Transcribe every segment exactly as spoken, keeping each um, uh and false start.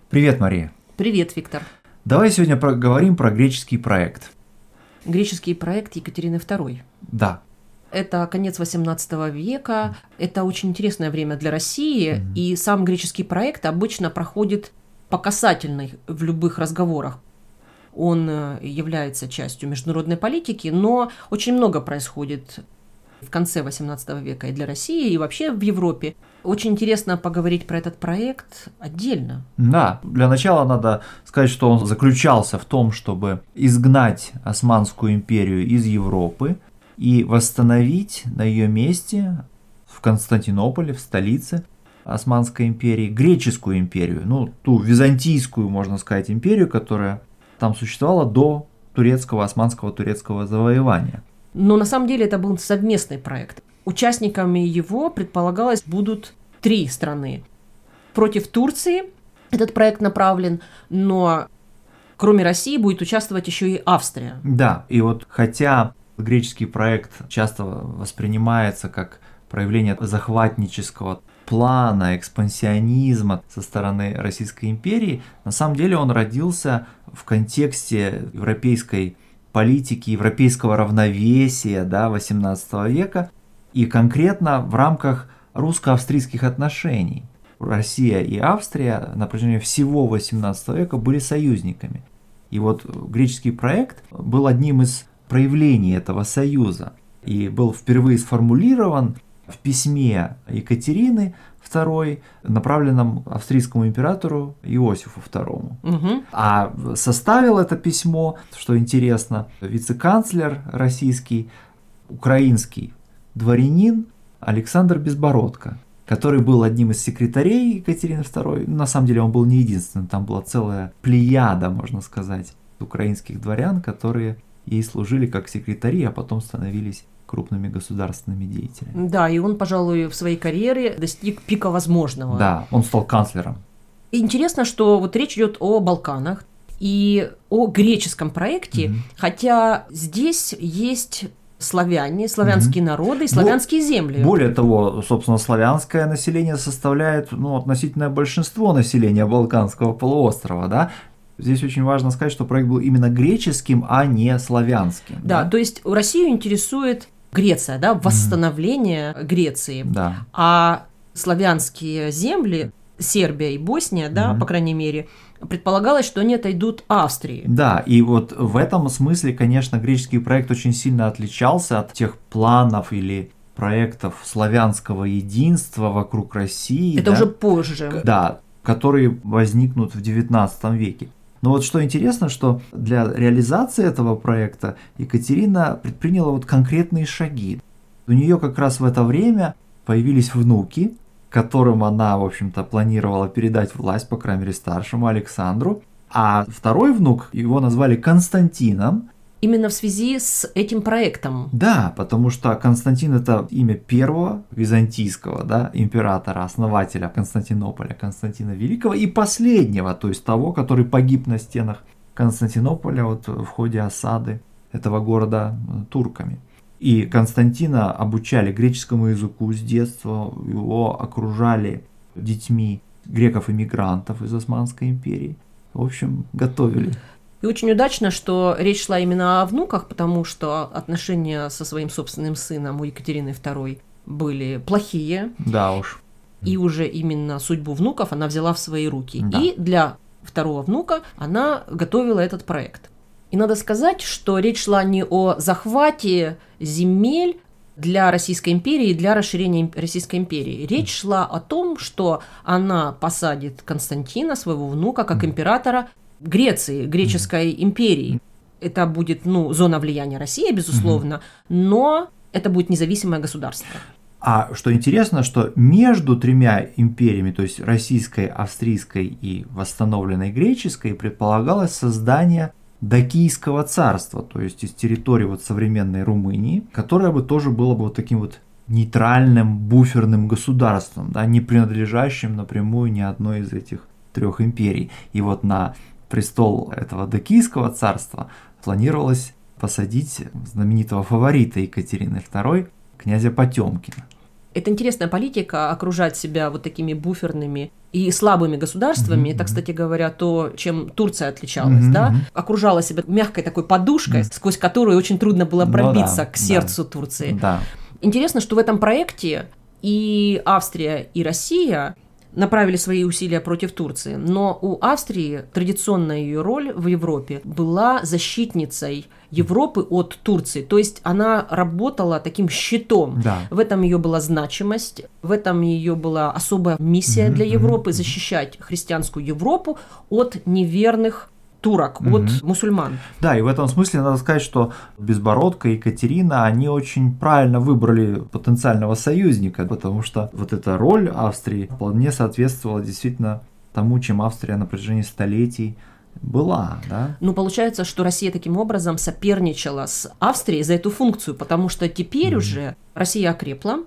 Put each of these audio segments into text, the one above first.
Привет, Мария. Привет, Виктор. Давай сегодня поговорим про греческий проект. Греческий проект Екатерины второй. Да. Это конец восемнадцатого века, это очень интересное время для России, Mm-hmm. и сам греческий проект обычно проходит по касательной в любых разговорах. Он является частью международной политики, но очень много происходит в конце восемнадцатого века и для России, и вообще в Европе. Очень интересно поговорить про этот проект отдельно. Да, для начала надо сказать, что он заключался в том, чтобы изгнать Османскую империю из Европы и восстановить на ее месте в Константинополе, в столице Османской империи, греческую империю, ну, ту византийскую, можно сказать, империю, которая там существовала до турецкого, османского турецкого завоевания. Но на самом деле это был совместный проект. Участниками его, предполагалось, будут три страны. Против Турции этот проект направлен, но кроме России будет участвовать еще и Австрия. Да, и вот хотя греческий проект часто воспринимается как проявление захватнического плана, экспансионизма со стороны Российской империи, на самом деле он родился в контексте европейской политики, европейского равновесия, да, восемнадцатого века, и конкретно в рамках русско-австрийских отношений. Россия и Австрия на протяжении всего восемнадцатого века были союзниками. И вот греческий проект был одним из проявлений этого союза и был впервые сформулирован в письме Екатерины второй, направленном австрийскому императору Иосифу второму. Угу. А составил это письмо, что интересно, вице-канцлер российский, украинский дворянин Александр Безбородко, который был одним из секретарей Екатерины второй. На самом деле он был не единственным, там была целая плеяда, можно сказать, украинских дворян, которые ей служили как секретари, а потом становились крупными государственными деятелями. Да, и он, пожалуй, в своей карьере достиг пика возможного. Да, он стал канцлером. И интересно, что вот речь идет о Балканах и о греческом проекте, mm-hmm. хотя здесь есть славяне, славянские mm-hmm. народы и славянские земли. Более того, собственно, славянское население составляет ну, относительное большинство населения Балканского полуострова, да? Здесь очень важно сказать, что проект был именно греческим, а не славянским. Да, да? То есть Россию интересует Греция, да, восстановление mm-hmm. Греции, да. А славянские земли, Сербия и Босния, да, mm-hmm. по крайней мере, предполагалось, что они отойдут Австрии. Да, и вот в этом смысле, конечно, греческий проект очень сильно отличался от тех планов или проектов славянского единства вокруг России. Это да, уже позже. Да, которые возникнут в девятнадцатом веке. Но вот что интересно, что для реализации этого проекта Екатерина предприняла вот конкретные шаги. У нее как раз в это время появились внуки, которым она, в общем-то, планировала передать власть, по крайней мере, старшему Александру. А второй внук, его назвали Константином. Именно в связи с этим проектом. Да, потому что Константин – это имя первого византийского, да, императора, основателя Константинополя, Константина Великого, и последнего, то есть того, который погиб на стенах Константинополя вот в ходе осады этого города турками. И Константина обучали греческому языку с детства, его окружали детьми греков-иммигрантов из Османской империи. В общем, готовили. И очень удачно, что речь шла именно о внуках, потому что отношения со своим собственным сыном у Екатерины второй были плохие. Да уж. И уже именно судьбу внуков она взяла в свои руки. Да. И для второго внука она готовила этот проект. И надо сказать, что речь шла не о захвате земель для Российской империи, для расширения Российской империи. Речь шла о том, что она посадит Константина, своего внука, как императора Греции, греческой империи. Это будет, ну, зона влияния России, безусловно, но это будет независимое государство. А что интересно, что между тремя империями, то есть российской, австрийской и восстановленной греческой, предполагалось создание Дакийского царства, то есть из территории вот современной Румынии, которое бы тоже было бы вот таким вот нейтральным буферным государством, да, не принадлежащим напрямую ни одной из этих трех империй. И вот на престол этого Дакийского царства планировалось посадить знаменитого фаворита Екатерины второй, князя Потемкина. Это интересная политика, окружать себя вот такими буферными и слабыми государствами. Mm-hmm. Это, кстати говоря, то, чем Турция отличалась, mm-hmm. да? Окружала себя мягкой такой подушкой, mm-hmm. сквозь которую очень трудно было пробиться ну, да, к сердцу да. Турции. Да. Интересно, что в этом проекте и Австрия, и Россия направили свои усилия против Турции, но у Австрии традиционная ее роль в Европе была защитницей Европы от Турции, то есть она работала таким щитом. Да. В этом ее была значимость, в этом ее была особая миссия mm-hmm. для Европы, защищать христианскую Европу от неверных турок, угу. от мусульман. Да, и в этом смысле надо сказать, что Безбородко и Екатерина, они очень правильно выбрали потенциального союзника, потому что вот эта роль Австрии вполне соответствовала действительно тому, чем Австрия на протяжении столетий была, да? Ну, получается, что Россия таким образом соперничала с Австрией за эту функцию, потому что теперь mm-hmm. уже Россия окрепла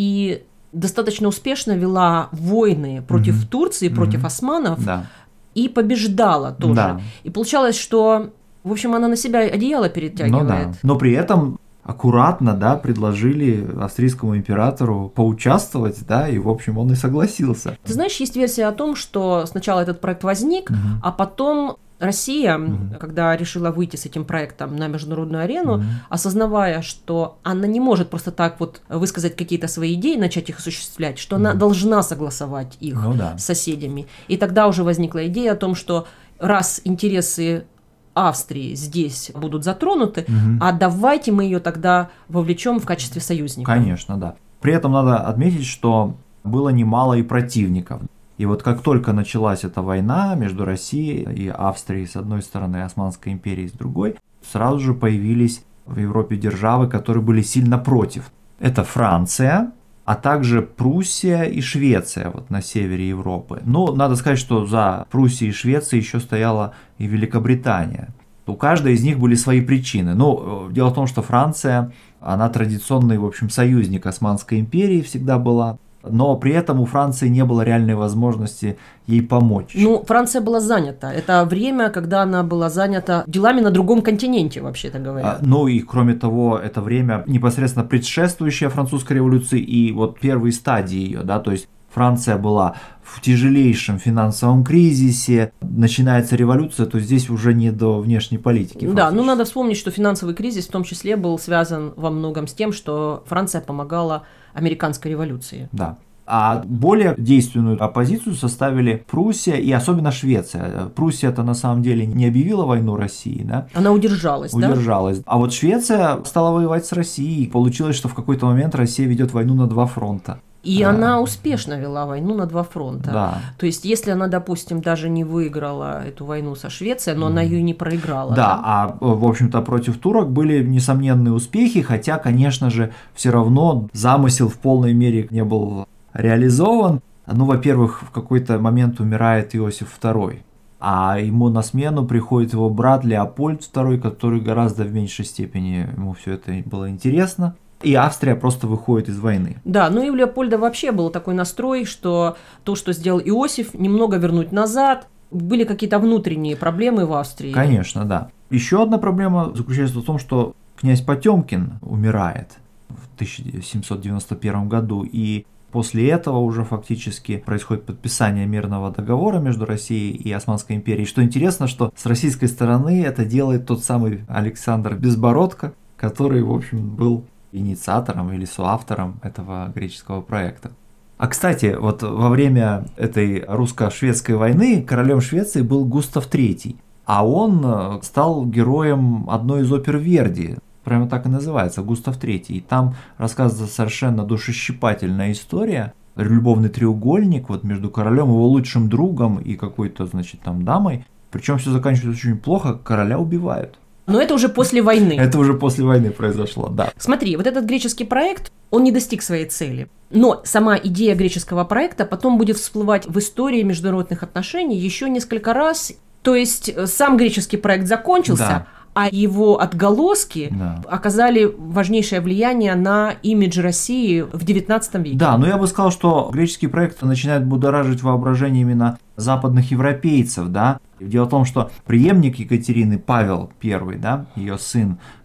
и достаточно успешно вела войны против mm-hmm. Турции, против mm-hmm. османов, да. и побеждала тоже. Да. И получалось, что, в общем, она на себя одеяло перетягивает. Ну, да. Но при этом аккуратно, да, предложили австрийскому императору поучаствовать, да, и, в общем, он и согласился. Ты знаешь, есть версия о том, что сначала этот проект возник, угу. а потом Россия, угу. когда решила выйти с этим проектом на международную арену, угу. осознавая, что она не может просто так вот высказать какие-то свои идеи, начать их осуществлять, что угу. она должна согласовать их ну, да. с соседями. И тогда уже возникла идея о том, что раз интересы Австрии здесь будут затронуты, угу. а давайте мы ее тогда вовлечем в качестве союзника. Конечно, да. При этом надо отметить, что было немало и противников. И вот как только началась эта война между Россией и Австрией с одной стороны, и Османской империей с другой, сразу же появились в Европе державы, которые были сильно против. Это Франция, а также Пруссия и Швеция вот на севере Европы. Но надо сказать, что за Пруссией и Швецией еще стояла и Великобритания. У каждой из них были свои причины. Но дело в том, что Франция, она традиционный, в общем, союзник Османской империи всегда была. Но при этом у Франции не было реальной возможности ей помочь. Ну, Франция была занята. Это время, когда она была занята делами на другом континенте, вообще-то говоря. А, ну и кроме того, это время непосредственно предшествующее французской революции и вот первые стадии ее, да, то есть Франция была в тяжелейшем финансовом кризисе, начинается революция, то здесь уже не до внешней политики. Да, ну надо вспомнить, что финансовый кризис в том числе был связан во многом с тем, что Франция помогала американской революции. Да. А более действенную оппозицию составили Пруссия и особенно Швеция. Пруссия-то на самом деле не объявила войну России, да? Она удержалась, удержалась. да? А вот Швеция стала воевать с Россией. Получилось, что в какой-то момент Россия ведет войну на два фронта. И а, она успешно вела войну на два фронта. Да. То есть, если она, допустим, даже не выиграла эту войну со Швецией, но mm. она ее и не проиграла. Да, да, а, в общем-то, против турок были несомненные успехи, хотя, конечно же, все равно замысел в полной мере не был реализован. Ну, во-первых, в какой-то момент умирает Иосиф второй, а ему на смену приходит его брат Леопольд второй, который гораздо в меньшей степени, ему все это было интересно. И Австрия просто выходит из войны. Да, ну и у Леопольда вообще был такой настрой, что то, что сделал Иосиф, немного вернуть назад. Были какие-то внутренние проблемы в Австрии. Конечно, да. Еще одна проблема заключается в том, что князь Потемкин умирает в тысяча семьсот девяносто первом году, и после этого уже фактически происходит подписание мирного договора между Россией и Османской империей. Что интересно, что с российской стороны это делает тот самый Александр Безбородко, который, в общем, был инициатором или соавтором этого греческого проекта. А, кстати, вот во время этой русско-шведской войны королем Швеции был Густав третий, а он стал героем одной из опер Верди, прямо так и называется, Густав третий. И там рассказывается совершенно душещипательная история, любовный треугольник вот между королем, его лучшим другом и какой-то, значит, там дамой. Причем все заканчивается очень плохо, короля убивают. Но это уже после войны. Это уже после войны произошло, да. Смотри, вот этот греческий проект, он не достиг своей цели. Но сама идея греческого проекта потом будет всплывать в истории международных отношений еще несколько раз. То есть сам греческий проект закончился, да. а его отголоски да. оказали важнейшее влияние на имидж России в девятнадцатом веке. Да, но я бы сказал, что греческий проект начинает будоражить воображение именно западных европейцев, да. Дело в том, что преемник Екатерины, Павел первый, да, ее сын,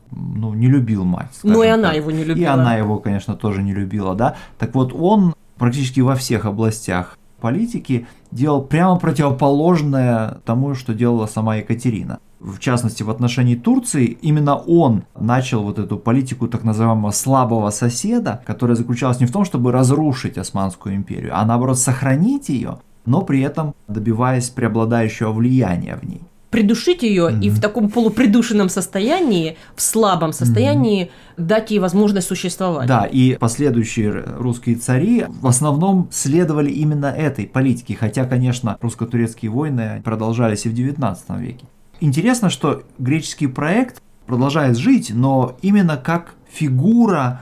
ну, не любил мать. Ну и она так. его не любила. И она его, конечно, тоже не любила, да. Так вот, он практически во всех областях политики делал прямо противоположное тому, что делала сама Екатерина. В частности, в отношении Турции именно он начал вот эту политику так называемого слабого соседа, которая заключалась не в том, чтобы разрушить Османскую империю, а наоборот сохранить ее, но при этом добиваясь преобладающего влияния в ней. Придушить ее Mm-hmm. и в таком полупридушенном состоянии, в слабом состоянии mm-hmm. дать ей возможность существовать. Да, и последующие русские цари в основном следовали именно этой политике, хотя, конечно, русско-турецкие войны продолжались и в девятнадцатом веке. Интересно, что греческий проект продолжает жить, но именно как фигура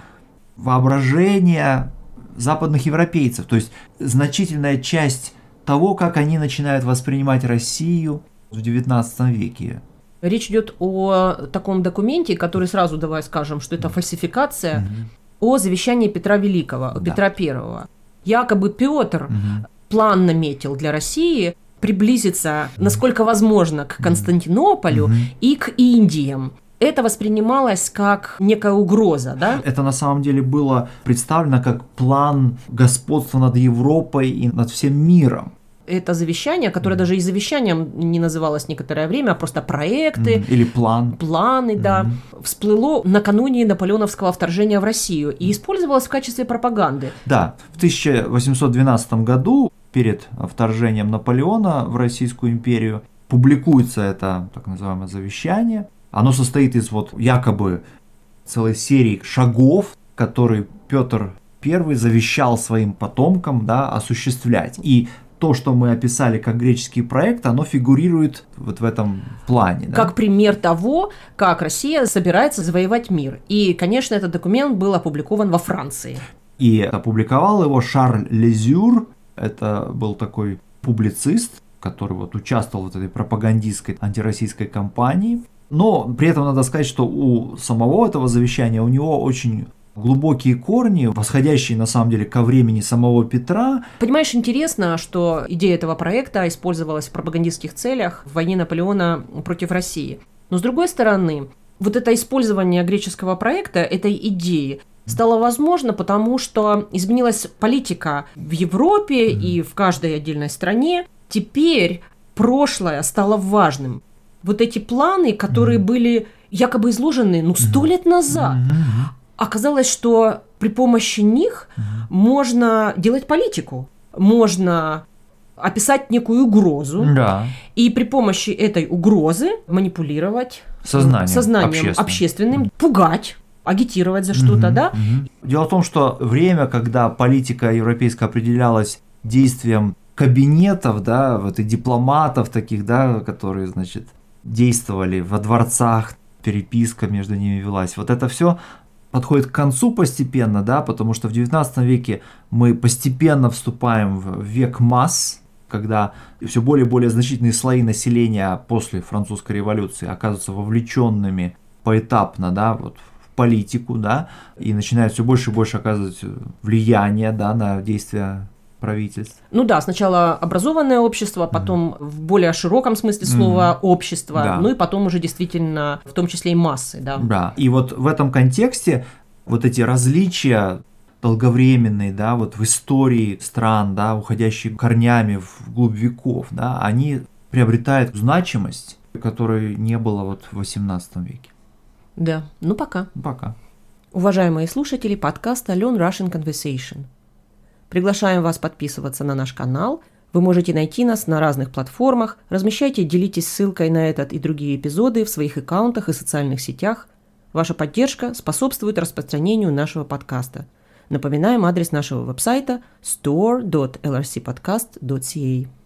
воображения западных европейцев, то есть значительная часть того, как они начинают воспринимать Россию в девятнадцатом веке. Речь идет о таком документе, который сразу давай скажем, что это фальсификация, mm-hmm. о завещании Петра Великого, да. Петра Первого. Якобы Петр mm-hmm. план наметил для России приблизиться, насколько возможно, к Константинополю mm-hmm. и к Индиям. Это воспринималось как некая угроза, да? Это на самом деле было представлено как план господства над Европой и над всем миром. Это завещание, которое даже и завещанием не называлось некоторое время, а просто проекты. Или план. Планы, mm-hmm. да. Всплыло накануне наполеоновского вторжения в Россию и использовалось в качестве пропаганды. Да, в тысяча восемьсот двенадцатом году, перед вторжением Наполеона в Российскую империю, публикуется это так называемое завещание. Оно состоит из вот якобы целой серии шагов, которые Петр Первый завещал своим потомкам, да, осуществлять. И то, что мы описали как греческий проект, оно фигурирует вот в этом плане. Да? Как пример того, как Россия собирается завоевать мир. И, конечно, этот документ был опубликован во Франции. И опубликовал его Шарль Лезюр. Это был такой публицист, который вот участвовал в этой пропагандистской антироссийской кампании. Но при этом надо сказать, что у самого этого завещания, у него очень глубокие корни, восходящие на самом деле ко времени самого Петра. Понимаешь, интересно, что идея этого проекта использовалась в пропагандистских целях в войне Наполеона против России. Но с другой стороны, вот это использование греческого проекта, этой идеи, стало возможно, потому что изменилась политика в Европе mm-hmm. и в каждой отдельной стране. Теперь прошлое стало важным. Вот эти планы, которые mm-hmm. были якобы изложены ну, сто mm-hmm. лет назад, mm-hmm. оказалось, что при помощи них mm-hmm. можно делать политику, можно описать некую угрозу, да. и при помощи этой угрозы манипулировать сознанием, сознанием общественным, общественным mm-hmm. пугать, агитировать за что-то, mm-hmm. да? Mm-hmm. Дело в том, что время, когда политика европейская определялась действием кабинетов, да, вот и дипломатов таких, да, которые, значит, действовали во дворцах, переписка между ними велась. Вот это все подходит к концу постепенно, да, потому что в девятнадцатом веке мы постепенно вступаем в век масс, когда все более и более значительные слои населения после французской революции оказываются вовлеченными поэтапно, да, вот в политику, да, и начинают все больше и больше оказывать влияние, да, на действия правительств. Ну да, сначала образованное общество, потом mm-hmm. в более широком смысле слова mm-hmm. общество, да. ну и потом уже действительно в том числе и массы, да. Да, и вот в этом контексте вот эти различия долговременные, да, вот в истории стран, да, уходящие корнями вглубь веков, да, они приобретают значимость, которой не было вот в восемнадцатом веке. Да, ну пока. Пока. Уважаемые слушатели подкаста Learn Russian Conversation. Приглашаем вас подписываться на наш канал. Вы можете найти нас на разных платформах. Размещайте и делитесь ссылкой на этот и другие эпизоды в своих аккаунтах и социальных сетях. Ваша поддержка способствует распространению нашего подкаста. Напоминаем адрес нашего веб-сайта store dot l r c podcast dot c a.